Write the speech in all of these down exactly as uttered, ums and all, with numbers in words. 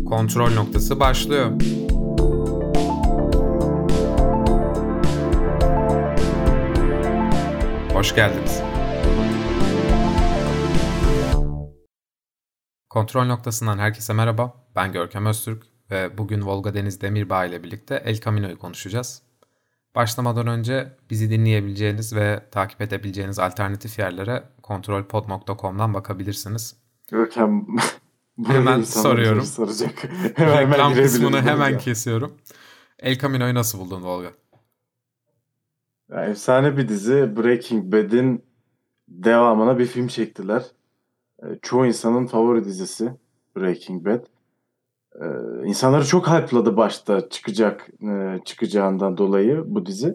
Kontrol noktası başlıyor. Hoş geldiniz. Kontrol noktasından herkese merhaba. Ben Görkem Öztürk ve bugün Volga Deniz Demirbağ ile birlikte El Camino'yu konuşacağız. Başlamadan önce bizi dinleyebileceğiniz ve takip edebileceğiniz alternatif yerlere kontrol pod nokta com'dan bakabilirsiniz. Görkem hemen soruyorum. hemen Reklam kısmını hemen ya. kesiyorum. El Camino'yu nasıl buldun Volga? Ya, efsane bir dizi. Breaking Bad'in devamına bir film çektiler. Çoğu insanın favori dizisi Breaking Bad. Ee, insanları çok hype'ladı başta çıkacak e, çıkacağından dolayı bu dizi.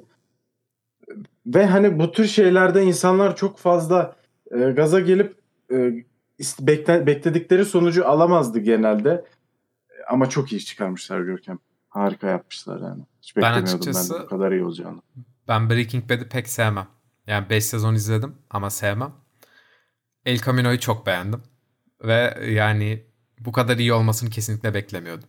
Ve hani bu tür şeylerde insanlar çok fazla e, gaza gelip e, bekle, bekledikleri sonucu alamazdı genelde. Ama çok iyi çıkarmışlar Görkem. Harika yapmışlar yani. Hiç beklemiyordum ben, açıkçası, ben bu kadar iyi olacağını. Ben Breaking Bad'i pek sevmem. Yani beş sezon izledim ama sevmem. El Camino'yu çok beğendim. Ve yani bu kadar iyi olmasını kesinlikle beklemiyordum.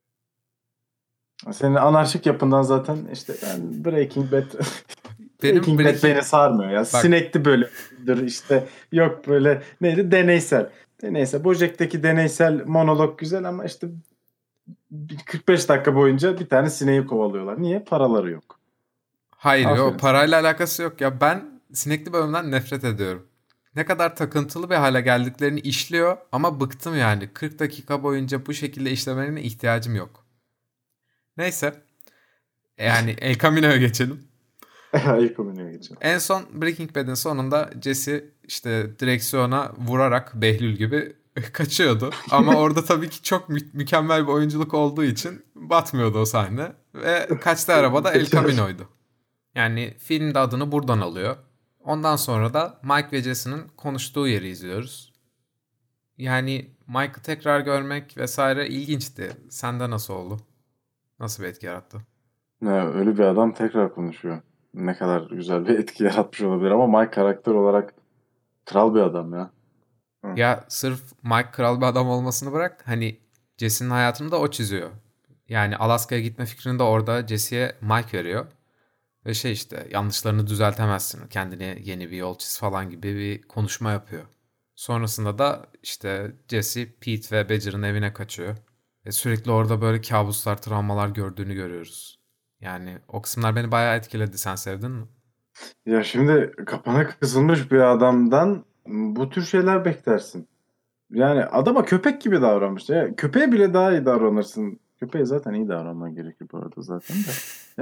Senin anarşik yapından zaten işte ben Breaking Bad Benim Breaking Bad Breaking... beni sarmıyor ya. Bak. Sinekli bölümdür işte. Yok böyle neydi? Deneysel. Deneysel. Bojack'taki deneysel monolog güzel ama işte kırk beş dakika boyunca bir tane sineği kovalıyorlar. Niye? Paraları yok. Hayır yok. Parayla alakası yok ya. Ben sinekli bölümden nefret ediyorum. Ne kadar takıntılı bir hale geldiklerini işliyor ama bıktım yani. kırk dakika boyunca bu şekilde işlemelerine ihtiyacım yok. Neyse. Yani El Camino'ya geçelim. El Camino'ya geçelim. En son Breaking Bad'in sonunda Jesse işte direksiyona vurarak Behlül gibi kaçıyordu. Ama orada tabii ki çok mü- mükemmel bir oyunculuk olduğu için batmıyordu o sahne. Ve kaçtığı araba da El Camino'ydu. Yani film de adını buradan alıyor. Ondan sonra da Mike ve Jesse'nin konuştuğu yeri izliyoruz. Yani Mike'ı tekrar görmek vesaire ilginçti. Sende nasıl oldu? Nasıl bir etki yarattı? Ya, öyle bir adam tekrar konuşuyor. Ne kadar güzel bir etki yaratmış olabilir ama Mike karakter olarak kral bir adam ya. Hı. Ya sırf Mike kral bir adam olmasını bırak. Hani Jesse'nin hayatını da o çiziyor. Yani Alaska'ya gitme fikrini de orada Jesse'ye Mike veriyor. Ve şey işte yanlışlarını düzeltemezsin. Kendine yeni bir yol çiz falan gibi bir konuşma yapıyor. Sonrasında da işte Jesse, Pete ve Badger'ın evine kaçıyor. Ve sürekli orada böyle kabuslar, travmalar gördüğünü görüyoruz. Yani o kısımlar beni bayağı etkiledi. Sen sevdin mi? Ya şimdi kapana kısılmış bir adamdan bu tür şeyler beklersin. Yani adama köpek gibi davranmış. Ya, köpeğe bile daha iyi davranırsın. Köpeğe zaten iyi davranman gerekiyor bu arada zaten de.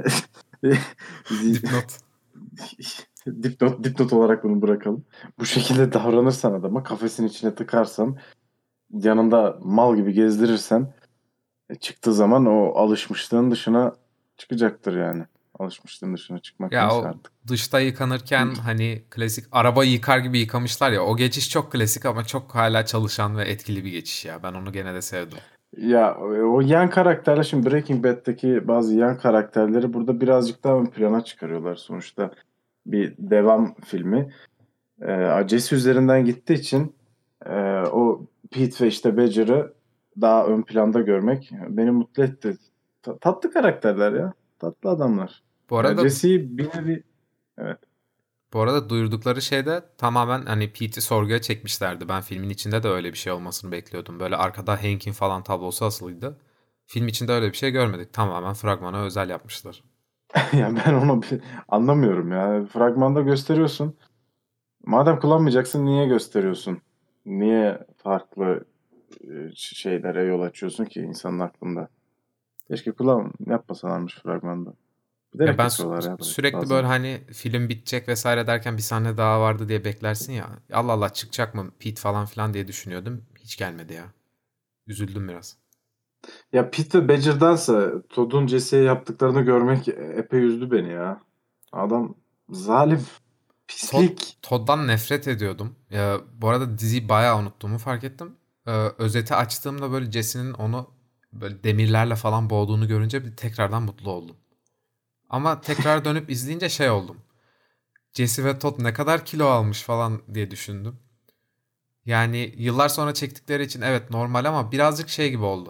Dipnot. dipnot. Dipnot olarak bunu bırakalım. Bu şekilde davranırsan adama, kafesin içine tıkarsan, yanında mal gibi gezdirirsen, çıktığı zaman o alışmışlığın dışına çıkacaktır yani. Alışmışlığın dışına çıkmak ya neyse o artık. Dışta yıkanırken hani klasik araba yıkar gibi yıkamışlar ya, o geçiş çok klasik ama çok hala çalışan ve etkili bir geçiş ya. Ben onu gene de sevdim. Ya o yan karakterler, şimdi Breaking Bad'deki bazı yan karakterleri burada birazcık daha ön plana çıkarıyorlar. Sonuçta bir devam filmi. Ee, Jesse üzerinden gittiği için e, o Pete ve işte Badger'ı daha ön planda görmek beni mutlu etti. Ta- tatlı karakterler ya. Tatlı adamlar. Bu arada Yani Jesse'yi bir nevi... Evet. Bu arada duyurdukları şeyde tamamen hani Pete'i sorguya çekmişlerdi. Ben filmin içinde de öyle bir şey olmasını bekliyordum. Böyle arkada Hank'in falan tablosu asılıydı. Film içinde öyle bir şey görmedik. Tamamen fragmana özel yapmışlar. Ya ben onu bir anlamıyorum ya. Fragmanda gösteriyorsun. Madem kullanmayacaksın niye gösteriyorsun? Niye farklı e, şeylere yol açıyorsun ki insanın aklında? Keşke kullan yapmasalarmış fragmanda. Ya Bilerek ben yapıyorlar sü- ya sürekli bazen. böyle hani film bitecek vesaire derken bir sahne daha vardı diye beklersin ya. Allah Allah çıkacak mı Pete falan filan diye düşünüyordum. Hiç gelmedi ya. Üzüldüm biraz. Ya Pete ve Badger'dansa Todd'un Jesse'ye yaptıklarını görmek epey üzdü beni ya. Adam zalim, Todd, pislik. Todd'dan nefret ediyordum. Ya, bu arada diziyi bayağı unuttuğumu fark ettim. Ee, özeti açtığımda böyle Jesse'nin onu böyle demirlerle falan boğduğunu görünce bir tekrardan mutlu oldum. Ama tekrar dönüp izleyince şey oldum. Jesse ve Todd ne kadar kilo almış falan diye düşündüm. Yani yıllar sonra çektikleri için evet normal ama birazcık şey gibi oldu.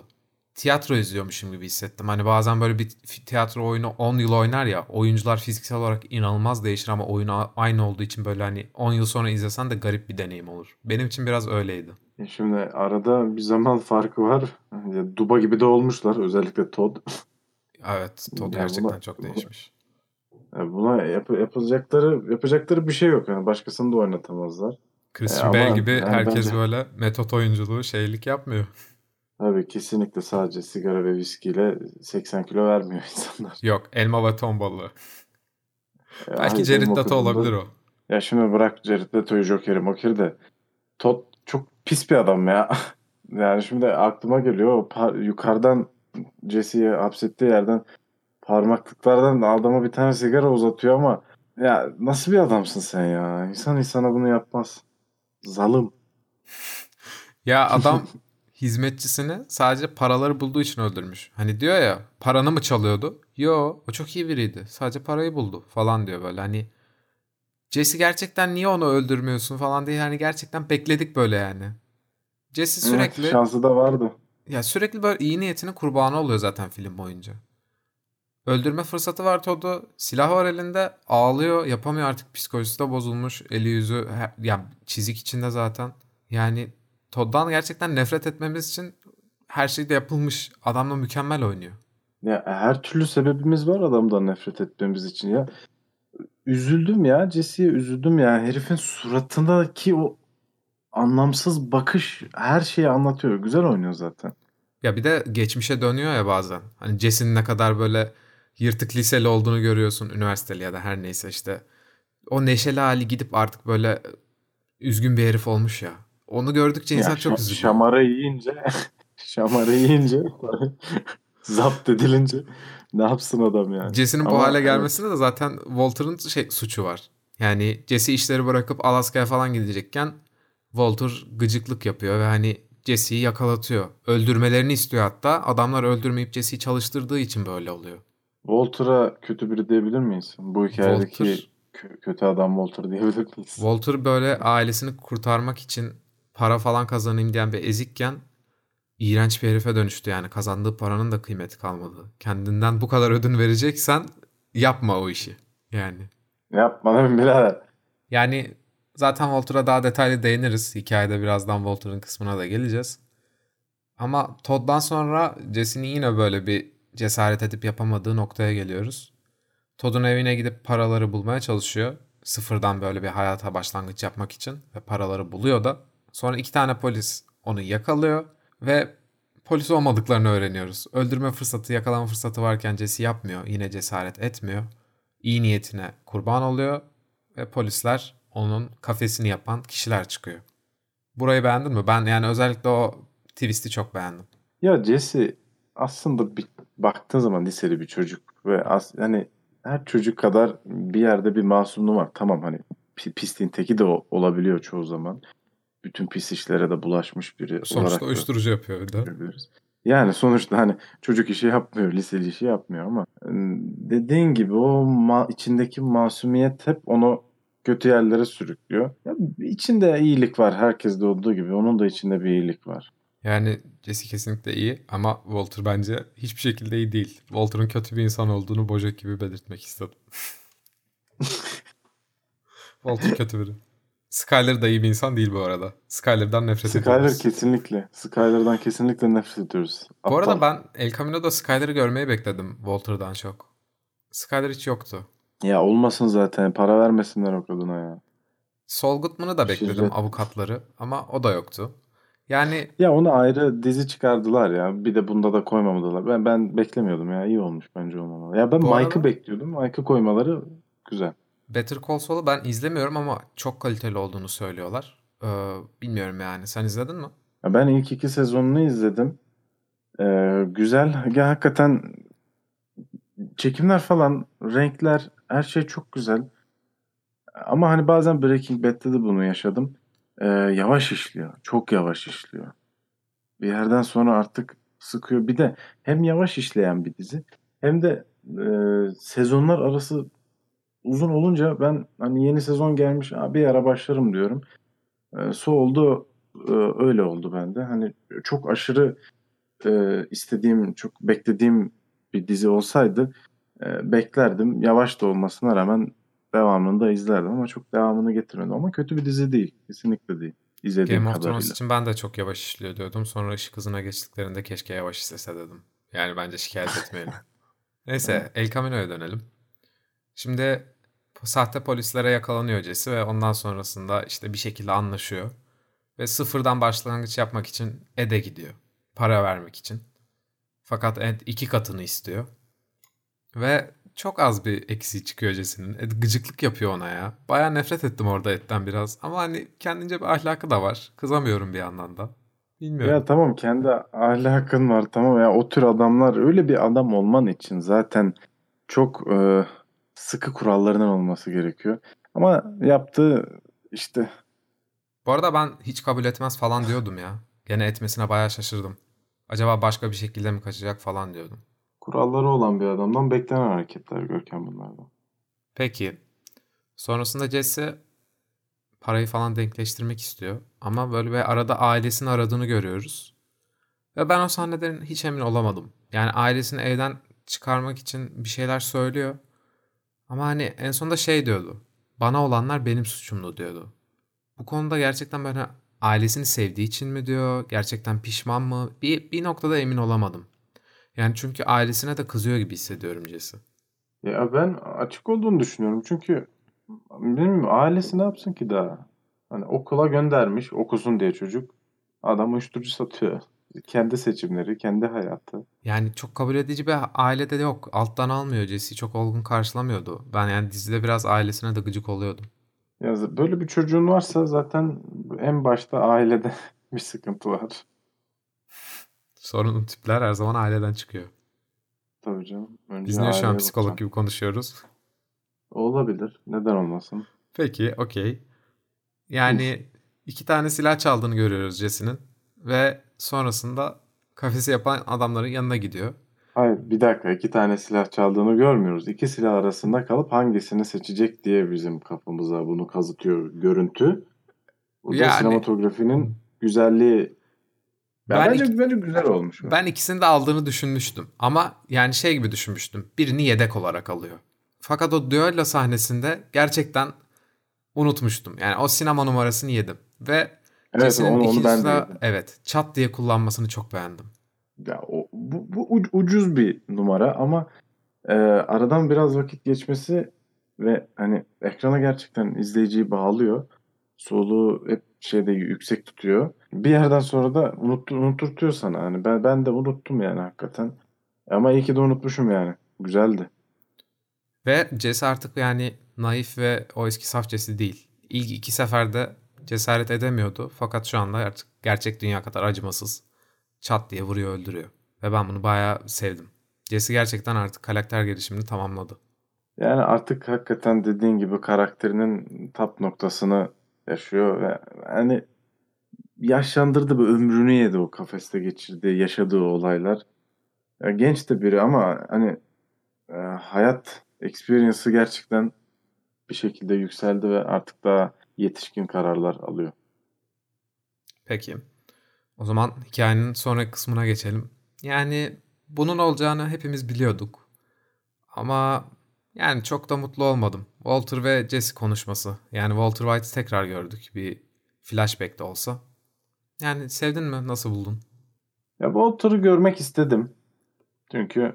tiyatro izliyormuşum gibi hissettim. Hani bazen böyle bir tiyatro oyunu on yıl oynar ya, oyuncular fiziksel olarak inanılmaz değişir ama oyun aynı olduğu için böyle hani on yıl sonra izlesen de garip bir deneyim olur. Benim için biraz öyleydi. E şimdi arada bir zaman farkı var. Ya, Duba gibi de olmuşlar. Özellikle Todd. Evet, Todd Yani buna, gerçekten çok değişmiş. buna yap, yapılacakları yapacakları bir şey yok. Yani başkasını da oynatamazlar. E, Christian Bale ama gibi yani herkes bence böyle metot oyunculuğu şeylik yapmıyor. tabii kesinlikle sadece sigara ve viskiyle seksen kilo vermiyor insanlar. Yok, elma ve ton balığı. E, Belki hayır benim Jared Leto okuduğumda olabilir o. ya şimdi bırak Jared Leto'yu Joker'i Moker'i de Todd çok pis bir adam ya. Yani şimdi aklıma geliyor o par- yukarıdan Jesse'yi hapsettiği yerden parmaklıklardan adama bir tane sigara uzatıyor ama ya nasıl bir adamsın sen ya? İnsan insana bunu yapmaz. Zalim. Ya adam hizmetçisini sadece paraları bulduğu için öldürmüş. Hani diyor ya, paranı mı çalıyordu? Yo, o çok iyi biriydi. Sadece parayı buldu falan diyor böyle. Hani Jesse gerçekten niye onu öldürmüyorsun falan diye, hani gerçekten bekledik böyle yani. Jesse Evet, sürekli, şansı da vardı. ya sürekli böyle iyi niyetinin kurbanı oluyor zaten film boyunca. Öldürme fırsatı var Todd'u. Silah var elinde. Ağlıyor. Yapamıyor artık. Psikolojisi de bozulmuş. Eli yüzü her, yani çizik içinde zaten. Yani Todd'dan gerçekten nefret etmemiz için her şey de yapılmış. Adam da mükemmel oynuyor. Ya her türlü sebebimiz var adamdan nefret etmemiz için ya. Üzüldüm ya Jesse'ye üzüldüm ya. Herifin suratındaki o anlamsız bakış her şeyi anlatıyor. Güzel oynuyor zaten. Ya bir de geçmişe dönüyor ya bazen. Hani Jesse'nin ne kadar böyle yırtık liseli olduğunu görüyorsun. Üniversiteli ya da her neyse işte. O neşeli hali gidip artık böyle üzgün bir herif olmuş ya. Onu gördükçe Ya insan çok şa- üzülüyor. şamarı yiyince şamarı yiyince zapt edilince ne yapsın adam yani. Jesse'nin bu Ama hale evet. gelmesinde de zaten Walter'ın şey suçu var. Yani Jesse işleri bırakıp Alaska'ya falan gidecekken Walter gıcıklık yapıyor ve hani Jesse'yi yakalatıyor. Öldürmelerini istiyor hatta. Adamlar öldürmeyip Jesse'yi çalıştırdığı için böyle oluyor. Walter'a kötü biri diyebilir miyiz? Bu Walter hikayedeki kö- kötü adam Walter diyebilir miyiz? Walter böyle ailesini kurtarmak için para falan kazanayım diyen bir ezikken iğrenç bir herife dönüştü yani. Kazandığı paranın da kıymeti kalmadı. Kendinden bu kadar ödün vereceksen yapma o işi. Yani. Yapma değil mi birader? Yani zaten Walter'a daha detaylı değiniriz. Hikayede birazdan Walter'ın kısmına da geleceğiz. Ama Todd'dan sonra Jesse'nin yine böyle bir cesaret edip yapamadığı noktaya geliyoruz. Todd'un evine gidip paraları bulmaya çalışıyor. Sıfırdan böyle bir hayata başlangıç yapmak için. Ve paraları buluyor da. Sonra iki tane polis onu yakalıyor. Ve polis olmadıklarını öğreniyoruz. Öldürme fırsatı, yakalama fırsatı varken Jesse yapmıyor. Yine cesaret etmiyor. İyi niyetine kurban oluyor. Ve polisler onun kafesini yapan kişiler çıkıyor. Burayı beğendin mi? Ben yani özellikle o twist'i çok beğendim. Ya Jesse aslında bir, baktığın zaman liseli bir çocuk ve as, hani her çocuk kadar bir yerde bir masumluğu var. Tamam hani pi- pisliğin teki de o- olabiliyor çoğu zaman. Bütün pis işlere de bulaşmış biri Sonuçta olarak da uyuşturucu yapıyor bir de. görebiliriz. Yani sonuçta hani çocuk işi yapmıyor, liseli işi yapmıyor ama e, dediğin gibi o ma- içindeki masumiyet hep onu kötü yerlere sürüklüyor. Ya, içinde iyilik var herkeste olduğu gibi. Onun da içinde bir iyilik var. Yani Jesse kesinlikle iyi ama Walter bence hiçbir şekilde iyi değil. Walter'ın kötü bir insan olduğunu Bojack gibi belirtmek istedim. Walter kötü biri. Skyler da iyi bir insan değil bu arada. Skyler'dan nefret Skyler ediyoruz. kesinlikle. Skyler'dan kesinlikle nefret ediyoruz. Bu arada Aptal. ben El Camino'da Skyler'ı görmeyi bekledim Walter'dan çok. Skyler hiç yoktu. Ya olmasın zaten. Para vermesinler o kadına ya. Saul Goodman'ı da bekledim, Şirret. avukatları, ama o da yoktu. Yani Ya onu ayrı dizi çıkardılar ya. Bir de bunda da koymamadılar. Ben ben beklemiyordum ya. İyi olmuş bence olmamalı. Ya ben bu Mike'ı arada bekliyordum. Mike'ı koymaları güzel. Better Call Saul'u ben izlemiyorum ama çok kaliteli olduğunu söylüyorlar. Ee, bilmiyorum yani. Sen izledin mi? Ya ben ilk iki sezonunu izledim. Ee, güzel. Ya hakikaten çekimler falan, renkler, her şey çok güzel. Ama hani bazen Breaking Bad'de de bunu yaşadım. Ee, yavaş işliyor. Çok yavaş işliyor. Bir yerden sonra artık sıkıyor. Bir de hem yavaş işleyen bir dizi hem de e, sezonlar arası uzun olunca ben hani yeni sezon gelmiş, "Aa, bir ara başlarım" diyorum. E, su oldu, e, öyle oldu bende. Hani çok aşırı e, istediğim, çok beklediğim bir dizi olsaydı e, beklerdim. Yavaş da olmasına rağmen devamını da izlerdim ama çok devamını getirmedim. Ama kötü bir dizi değil. Kesinlikle değil. İzlediğim Game of Thrones kadarıyla. için ben de çok yavaş işliyor diyordum. Sonra ışık hızına geçtiklerinde keşke yavaş işlese dedim. Yani bence şikayet etmeyelim. Evet. Neyse El Camino'ya dönelim. Şimdi sahte polislere yakalanıyor Jesse ve ondan sonrasında işte bir şekilde anlaşıyor. Ve sıfırdan başlangıç yapmak için Ed'e gidiyor. Para vermek için. Fakat Ed iki katını istiyor. Ve çok az bir eksiği çıkıyor Jesse'nin. Ed gıcıklık yapıyor ona ya. Baya nefret ettim orada Ed'den biraz. Ama hani kendince bir ahlakı da var. Kızamıyorum bir yandan da. Ya Bilmiyorum. tamam, kendi ahlakın var, tamam ya, o tür adamlar, öyle bir adam olman için zaten çok e, sıkı kurallarının olması gerekiyor. Ama yaptığı işte Bu arada ben hiç kabul etmez falan diyordum ya. Gene etmesine baya şaşırdım. Acaba başka bir şekilde mi kaçacak falan diyordum. kuralları olan bir adamdan beklenen hareketler Görkem bunlardan. Peki. Sonrasında Jesse parayı falan denkleştirmek istiyor. Ama böyle bir arada ailesini aradığını görüyoruz. Ve ben o sahneden hiç emin olamadım. Yani ailesini evden çıkarmak için bir şeyler söylüyor. Ama hani en sonunda şey diyordu. Bana olanlar benim suçumdu diyordu. Bu konuda gerçekten böyle ailesini sevdiği için mi diyor? Gerçekten pişman mı? Bir, bir noktada emin olamadım. Yani çünkü ailesine de kızıyor gibi hissediyorum Jesse. Ya ben açık olduğunu düşünüyorum çünkü benim ailesi ne yapsın ki daha? Hani okula göndermiş, okusun diye çocuk. Adam uyuşturucu satıyor. Kendi seçimleri, kendi hayatı. Yani çok kabul edici bir ailede de yok. Alttan almıyor Jesse'yi çok olgun karşılamıyordu. Ben yani dizide biraz ailesine de gıcık oluyordum. Ya böyle bir çocuğun varsa zaten en başta ailede bir sıkıntı var. Sorunun tipler her zaman aileden çıkıyor. Tabii canım. Biz Önce niye şu an aileye psikolog bakacaksın. gibi konuşuyoruz? Olabilir. Neden olmasın? Peki, okey. Yani iki tane silah çaldığını görüyoruz Jesse'nin. Ve sonrasında kafesi yapan adamların yanına gidiyor. Hayır, bir dakika. İki tane silah çaldığını görmüyoruz. İki silah arasında kalıp hangisini seçecek diye bizim kafamıza bunu kazıtıyor görüntü. Bu da Yani sinematografinin güzelliği. Ya ben ik- bence bence güzel olmuş o. ben ikisini de aldığını düşünmüştüm. Ama yani şey gibi düşünmüştüm. Birini yedek olarak alıyor. Fakat o düello sahnesinde gerçekten unutmuştum. Yani o sinema numarasını yedim. Ve Evet, Jesse'nin onu onu ikinci ben de silah yedim. evet çat diye kullanmasını çok beğendim. Ya o, bu, bu uc- ucuz bir numara ama e, aradan biraz vakit geçmesi ve hani ekrana gerçekten izleyiciyi bağlıyor. Soluğu hep şeyde yüksek tutuyor. Bir yerden sonra da unut, unuturtuyor sana. Hani ben ben de unuttum yani hakikaten. Ama iyi ki de unutmuşum yani. Güzeldi. Ve Jesse artık yani naif ve o eski saf Jesse değil. İlk iki seferde cesaret edemiyordu. Fakat şu anda artık gerçek dünya kadar acımasız. Çat diye vuruyor öldürüyor. Ve ben bunu bayağı sevdim. Jesse gerçekten artık karakter gelişimini tamamladı. Yani artık hakikaten dediğin gibi karakterinin tap noktasını yaşıyor ve hani yaşlandırdı, bu ömrünü yedi o kafeste geçirdiği, yaşadığı olaylar. Ya genç de biri ama hani e, hayat experience'ı gerçekten bir şekilde yükseldi ve artık daha yetişkin kararlar alıyor. Peki. O zaman hikayenin sonraki kısmına geçelim. Yani bunun olacağını hepimiz biliyorduk. Ama yani çok da mutlu olmadım. Walter ve Jesse konuşması. Yani Walter White'ı tekrar gördük bir flashback de olsa. Yani sevdin mi? Nasıl buldun? Ya Walter'ı görmek istedim. Çünkü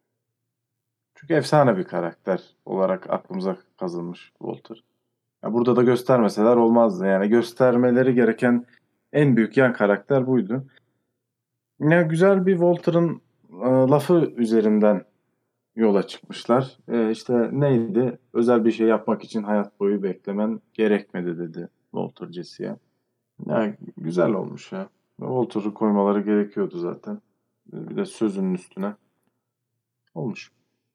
çünkü efsane bir karakter olarak aklımıza kazınmış Walter. Ya burada da göstermeseler olmazdı. Yani göstermeleri gereken en büyük yan karakter buydu. Ya güzel bir Walter'ın e, lafı üzerinden yola çıkmışlar. E, işte neydi? Özel bir şey yapmak için hayat boyu beklemen gerekmedi dedi Walter Jesse'ye. Ya güzel olmuş ya. Walter'ı koymaları gerekiyordu zaten. E, Bir de sözünün üstüne olmuş.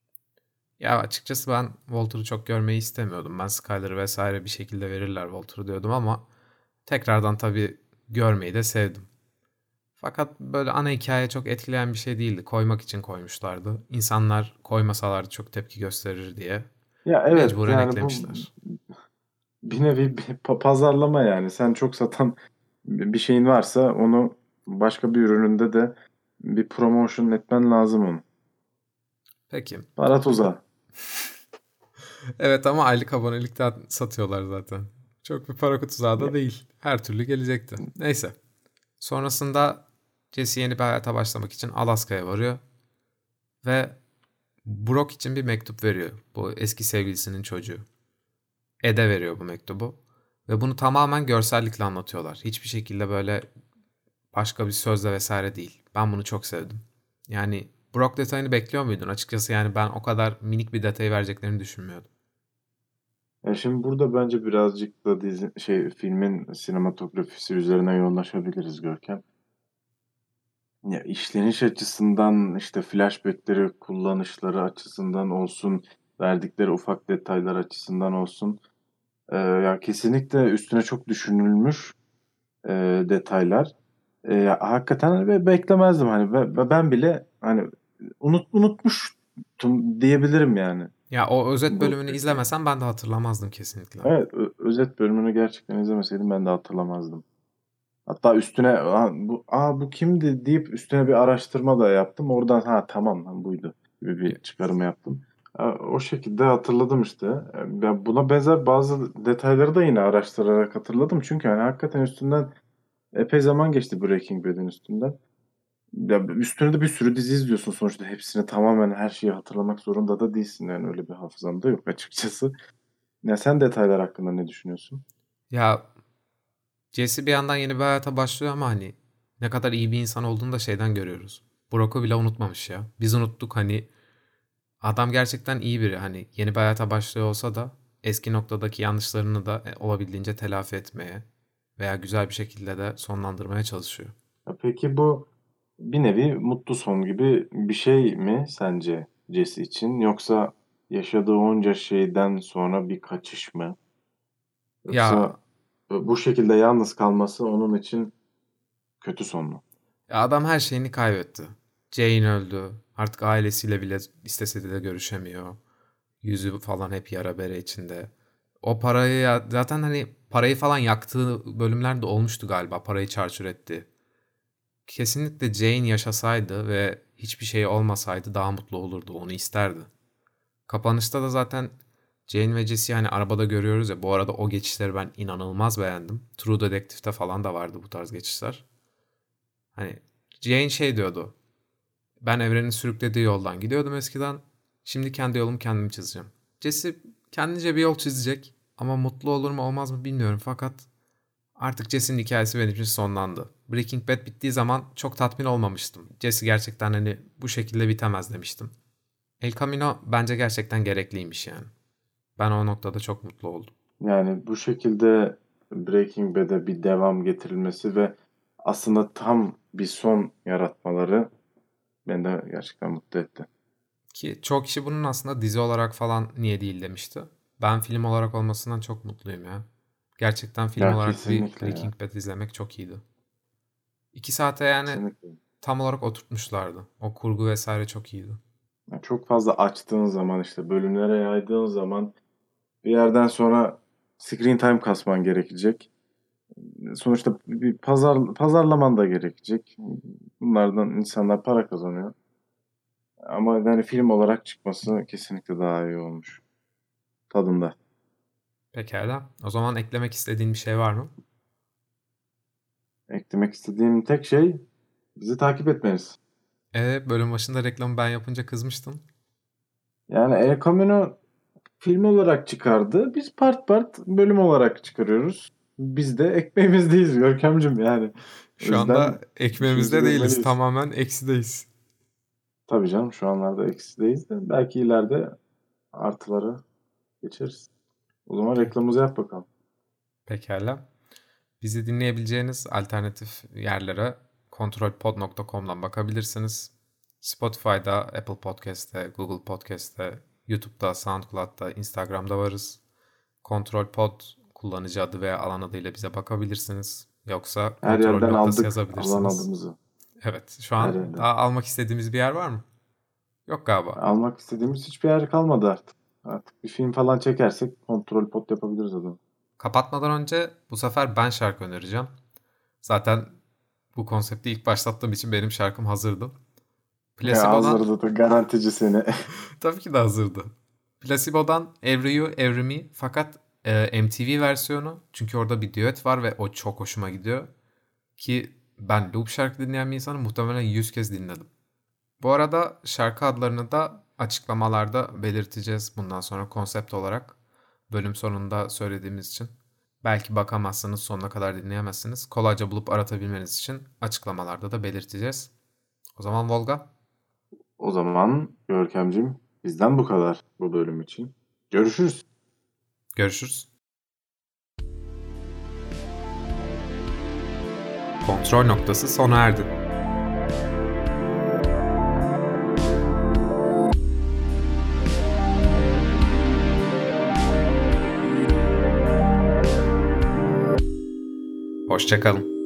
Ya açıkçası ben Walter'ı çok görmeyi istemiyordum. Ben Skyler'ı vesaire bir şekilde verirler Walter'ı diyordum ama tekrardan tabii görmeyi de sevdim. Fakat böyle ana hikaye çok etkileyen bir şey değildi. Koymak için koymuşlardı. İnsanlar koymasalardı çok tepki gösterir diye. Ya evet, Mecburen yani bu eklemişler. bir nevi bir pa- pazarlama yani. Sen çok satan bir şeyin varsa onu başka bir ürününde de Bir promotion etmen lazım onu. Peki. Para tuzağı. Evet ama aylık abonelikten satıyorlar zaten. Çok bir para tuzağı da değil. Her türlü gelecekti. Neyse. Sonrasında Jesse yeni bir hayata başlamak için Alaska'ya varıyor. Ve Brock için bir mektup veriyor. Bu eski sevgilisinin çocuğu. Ed'e veriyor bu mektubu. Ve bunu tamamen görsellikle anlatıyorlar. Hiçbir şekilde böyle başka bir sözle vesaire değil. Ben bunu çok sevdim. Yani Brock detayını bekliyor muydun? Açıkçası yani ben o kadar minik bir detayı vereceklerini düşünmüyordum. Ya şimdi burada bence birazcık da dizi, şey filmin sinematografisi üzerine yoğunlaşabiliriz Görkem. Ya işleniş açısından işte flashbackleri kullanışları açısından olsun, verdikleri ufak detaylar açısından olsun. Ee, ya kesinlikle üstüne çok düşünülmüş e, detaylar. E, ya hakikaten ve beklemezdim hani ve, ve ben bile hani unut unutmuştum diyebilirim yani Ya o özet bu bölümünü detayı. izlemesem ben de hatırlamazdım kesinlikle. Evet, ö- özet bölümünü gerçekten izlemeseydim ben de hatırlamazdım. Hatta üstüne "Aa, bu aa, bu kimdi?" deyip üstüne bir araştırma da yaptım. Oradan ha tamam lan buydu gibi Ya, bir çıkarım yaptım. Ha, o şekilde hatırladım işte. Ya buna benzer bazı detayları da yine araştırarak hatırladım. Çünkü hani hakikaten üstünden epey zaman geçti Breaking Bad'in üstünden. Ya üstüne de bir sürü dizi izliyorsun sonuçta. Hepsini tamamen her şeyi hatırlamak zorunda da değilsin. Yani öyle bir hafızan da yok açıkçası. Ya sen detaylar hakkında ne düşünüyorsun? ya Jesse bir yandan yeni bir hayata başlıyor ama hani ne kadar iyi bir insan olduğunu da şeyden görüyoruz. Brock'u bile unutmamış ya. Biz unuttuk hani adam gerçekten iyi biri. Hani yeni bir hayata başlıyor olsa da eski noktadaki yanlışlarını da e, olabildiğince telafi etmeye veya güzel bir şekilde de sonlandırmaya çalışıyor. Ya peki bu bir nevi mutlu son gibi bir şey mi sence Jesse için? Yoksa yaşadığı onca şeyden sonra bir kaçış mı? Ya, Yoksa bu şekilde yalnız kalması onun için kötü son mu? ya adam her şeyini kaybetti. Jane öldü. Artık ailesiyle bile istese de görüşemiyor. Yüzü falan hep yara bere içinde. O parayı ya, zaten hani parayı falan yaktığı bölümler de olmuştu galiba. Parayı çarçur etti. Kesinlikle Jane yaşasaydı ve hiçbir şey olmasaydı daha mutlu olurdu. Onu isterdi. Kapanışta da zaten Jane ve Jesse'yi hani arabada görüyoruz ya. Bu arada o geçişleri ben inanılmaz beğendim. True Detective'de falan da vardı bu tarz geçişler. Hani Jane şey diyordu. Ben evrenin sürüklediği yoldan gidiyordum eskiden. Şimdi kendi yolumu kendim çizeceğim. Jesse kendince bir yol çizecek. Ama mutlu olur mu olmaz mı bilmiyorum. Fakat artık Jesse'nin hikayesi benim için sonlandı. Breaking Bad bittiği zaman çok tatmin olmamıştım. Jesse gerçekten hani bu şekilde bitemez demiştim. El Camino bence gerçekten gerekliymiş yani. Ben o noktada çok mutlu oldum. Yani bu şekilde Breaking Bad'e bir devam getirilmesi ve aslında tam bir son yaratmaları beni de gerçekten mutlu etti. Ki çok kişi bunun aslında dizi olarak falan niye değil demişti. Ben film olarak olmasından çok mutluyum ya. Gerçekten film Ya olarak bir kesinlikle ya. Breaking Bad izlemek çok iyiydi. İki saate yani Kesinlikle. tam olarak oturtmuşlardı. O kurgu vesaire çok iyiydi. Ya çok fazla açtığın zaman işte bölümlere yaydığın zaman bir yerden sonra screen time kasman gerekecek. Sonuçta bir pazar pazarlaman da gerekecek. Bunlardan insanlar para kazanıyor. Ama yani film olarak çıkması kesinlikle daha iyi olmuş. Tadında. Pekala. O zaman eklemek istediğin bir şey var mı? Eklemek istediğim tek şey bizi takip etmeniz. E bölüm başında reklamı ben yapınca kızmıştın. Yani El Camino film olarak çıkardı. Biz part part bölüm olarak çıkarıyoruz. Biz de ekmeğimizdeyiz Görkemciğim yani. O Şu yüzden anda işimizi ekmeğimizde değiliz. bilmeliyiz. Tamamen eksideyiz. Tabii canım şu anlarda eksideyiz de belki ileride artıları geçeriz. O zaman reklamımızı yap bakalım. Pekala. Bizi dinleyebileceğiniz alternatif yerlere kontrolpod nokta com'dan bakabilirsiniz. Spotify'da, Apple Podcast'te, Google Podcast'te, YouTube'da, SoundCloud'da, Instagram'da varız. Kontrolpod kullanıcı adı veya alan adıyla bize bakabilirsiniz. Yoksa Her kontrol yerden noktası aldık alan yazabilirsiniz. adımızı. Evet, şu Her an yerden. daha almak istediğimiz bir yer var mı? Yok galiba. Almak istediğimiz hiçbir yer kalmadı artık. Artık bir film falan çekersek kontrol pot yapabiliriz adamı. Kapatmadan önce bu sefer ben şarkı önereceğim. Zaten Bu konsepti ilk başlattığım için benim şarkım hazırdı. Ya hazırdı da garantici seni. Tabii ki de hazırdı. Placebo'dan Every You, Every Me, fakat e, M T V versiyonu, çünkü orada bir düet var ve o çok hoşuma gidiyor. Ki ben loop şarkı dinleyen bir insanı muhtemelen yüz kez dinledim. Bu arada şarkı adlarını da açıklamalarda belirteceğiz bundan sonra konsept olarak. Bölüm sonunda söylediğimiz için. Belki bakamazsınız, sonuna kadar dinleyemezsiniz. Kolayca bulup aratabilmeniz için açıklamalarda da belirteceğiz. O zaman Volga. O zaman Görkemciğim bizden bu kadar bu bölüm için. Görüşürüz. Görüşürüz. Kontrol noktası sona erdi. Hoşça kalın.